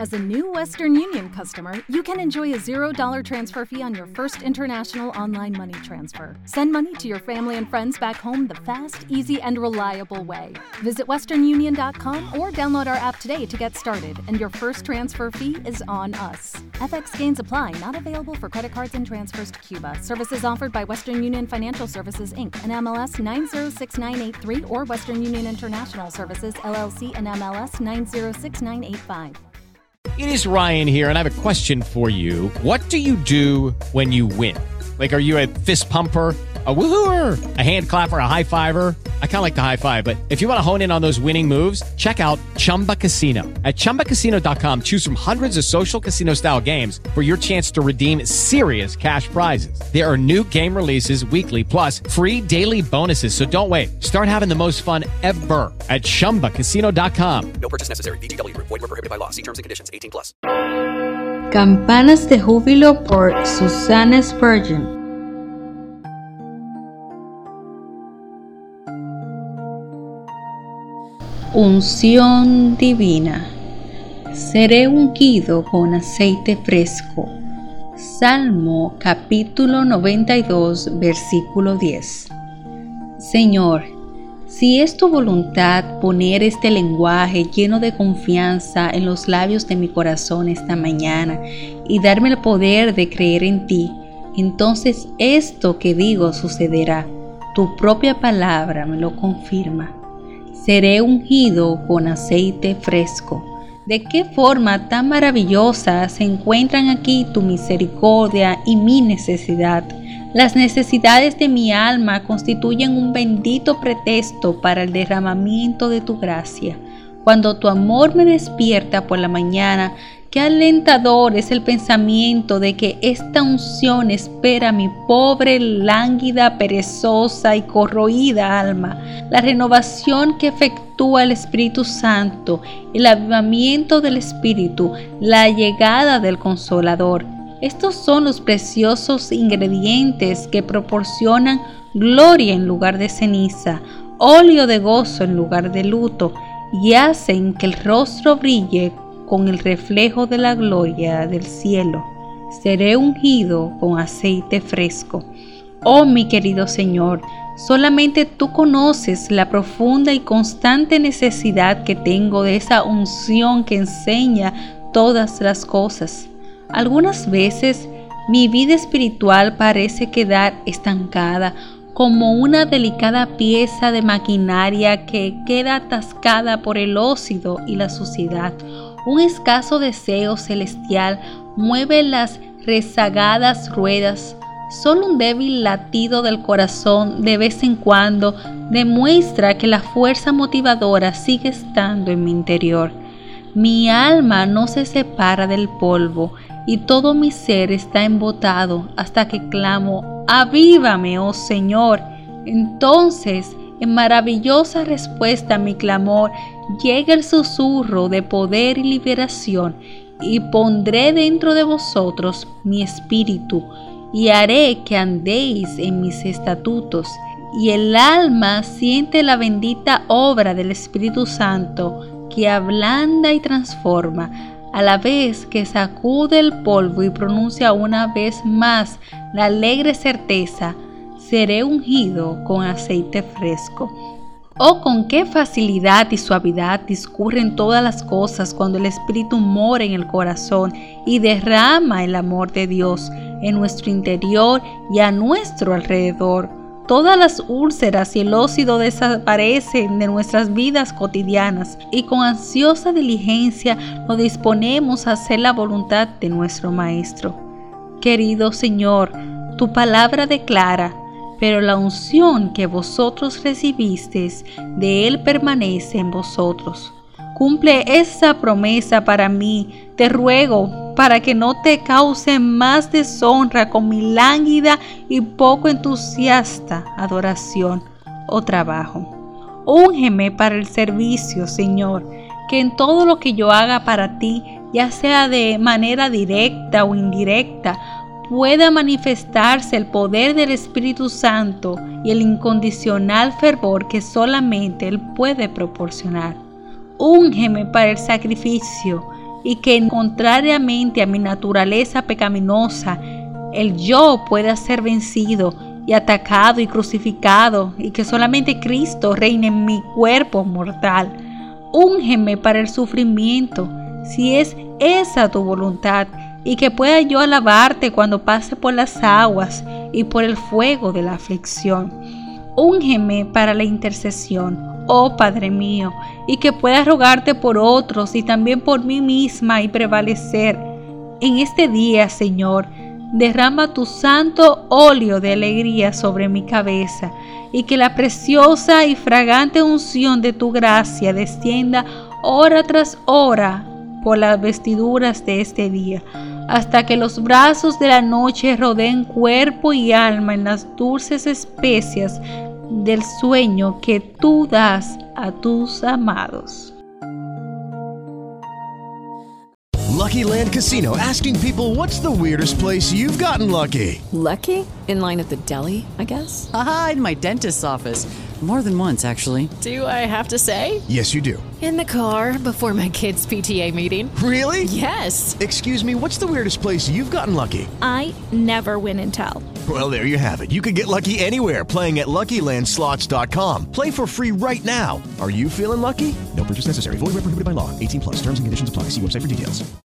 As a new Western Union customer, you can enjoy a $0 transfer fee on your first international online money transfer. Send money to your family and friends back home the fast, easy, and reliable way. Visit westernunion.com or download our app today to get started, and your first transfer fee is on us. FX gains apply, not available for credit cards and transfers to Cuba. Services offered by Western Union Financial Services, Inc., and MLS 906983, or Western Union International Services, LLC, and MLS 906985. It is Ryan here, and I have a question for you. What do you do when you win? Like, are you a fist pumper, a woohooer, a hand clapper, a high fiver? I kind of like the high five, but if you want to hone in on those winning moves, check out Chumba Casino. At ChumbaCasino.com, choose from hundreds of social casino-style games for your chance to redeem serious cash prizes. There are new game releases weekly, plus free daily bonuses, so don't wait. Start having the most fun ever at ChumbaCasino.com. No purchase necessary. VGW. Void where prohibited by law. See terms and conditions. 18+. Campanas de Júbilo por Susanna Spurgeon. Unción divina. Seré ungido con aceite fresco. Salmo capítulo 92, versículo 10. Señor, si es tu voluntad poner este lenguaje lleno de confianza en los labios de mi corazón esta mañana y darme el poder de creer en ti, entonces esto que digo sucederá. Tu propia palabra me lo confirma. Seré ungido con aceite fresco. ¿De qué forma tan maravillosa se encuentran aquí tu misericordia y mi necesidad? Las necesidades de mi alma constituyen un bendito pretexto para el derramamiento de tu gracia. Cuando tu amor me despierta por la mañana, qué alentador es el pensamiento de que esta unción espera a mi pobre, lánguida, perezosa y corroída alma. La renovación que efectúa el Espíritu Santo, el avivamiento del Espíritu, la llegada del Consolador. Estos son los preciosos ingredientes que proporcionan gloria en lugar de ceniza, óleo de gozo en lugar de luto, y hacen que el rostro brille con el reflejo de la gloria del cielo. Seré ungido con aceite fresco. Oh mi querido Señor, solamente tú conoces la profunda y constante necesidad que tengo de esa unción que enseña todas las cosas. Algunas veces mi vida espiritual parece quedar estancada, como una delicada pieza de maquinaria que queda atascada por el óxido y la suciedad. Un escaso deseo celestial mueve las rezagadas ruedas. Solo un débil latido del corazón de vez en cuando demuestra que la fuerza motivadora sigue estando en mi interior. Mi alma no se separa del polvo y todo mi ser está embotado hasta que clamo: ¡avívame, oh Señor! Entonces, en maravillosa respuesta a mi clamor, llega el susurro de poder y liberación, y pondré dentro de vosotros mi espíritu, y haré que andéis en mis estatutos. Y el alma siente la bendita obra del Espíritu Santo, que ablanda y transforma, a la vez que sacude el polvo y pronuncia una vez más la alegre certeza: seré ungido con aceite fresco. Oh, con qué facilidad y suavidad discurren todas las cosas cuando el Espíritu mora en el corazón y derrama el amor de Dios en nuestro interior y a nuestro alrededor. Todas las úlceras y el óxido desaparecen de nuestras vidas cotidianas y con ansiosa diligencia nos disponemos a hacer la voluntad de nuestro Maestro. Querido Señor, tu palabra declara: pero la unción que vosotros recibisteis de Él permanece en vosotros. Cumple esa promesa para mí, te ruego, para que no te cause más deshonra con mi lánguida y poco entusiasta adoración o trabajo. Úngeme para el servicio, Señor, que en todo lo que yo haga para ti, ya sea de manera directa o indirecta, pueda manifestarse el poder del Espíritu Santo y el incondicional fervor que solamente Él puede proporcionar. Úngeme para el sacrificio, y que contrariamente a mi naturaleza pecaminosa, el yo pueda ser vencido y atacado y crucificado, y que solamente Cristo reine en mi cuerpo mortal. Úngeme para el sufrimiento, si es esa tu voluntad, y que pueda yo alabarte cuando pase por las aguas y por el fuego de la aflicción. Úngeme para la intercesión, oh Padre mío, y que pueda rogarte por otros y también por mí misma y prevalecer. En este día, Señor, derrama tu santo óleo de alegría sobre mi cabeza, y que la preciosa y fragante unción de tu gracia descienda hora tras hora por las vestiduras de este día, hasta que los brazos de la noche rodeen cuerpo y alma en las dulces especias del sueño que tú das a tus amados. Lucky Land Casino, asking people, what's the weirdest place you've gotten lucky? Lucky? In line at the deli, I guess? Aha, in my dentist's office. More than once, actually. Do I have to say? Yes, you do. In the car before my kids' PTA meeting. Really? Yes. Excuse me, what's the weirdest place you've gotten lucky? I never win and tell. Well, there you have it. You can get lucky anywhere, playing at LuckyLandSlots.com. Play for free right now. Are you feeling lucky? No purchase necessary. Void where prohibited by law. 18+. Terms and conditions apply. See website for details.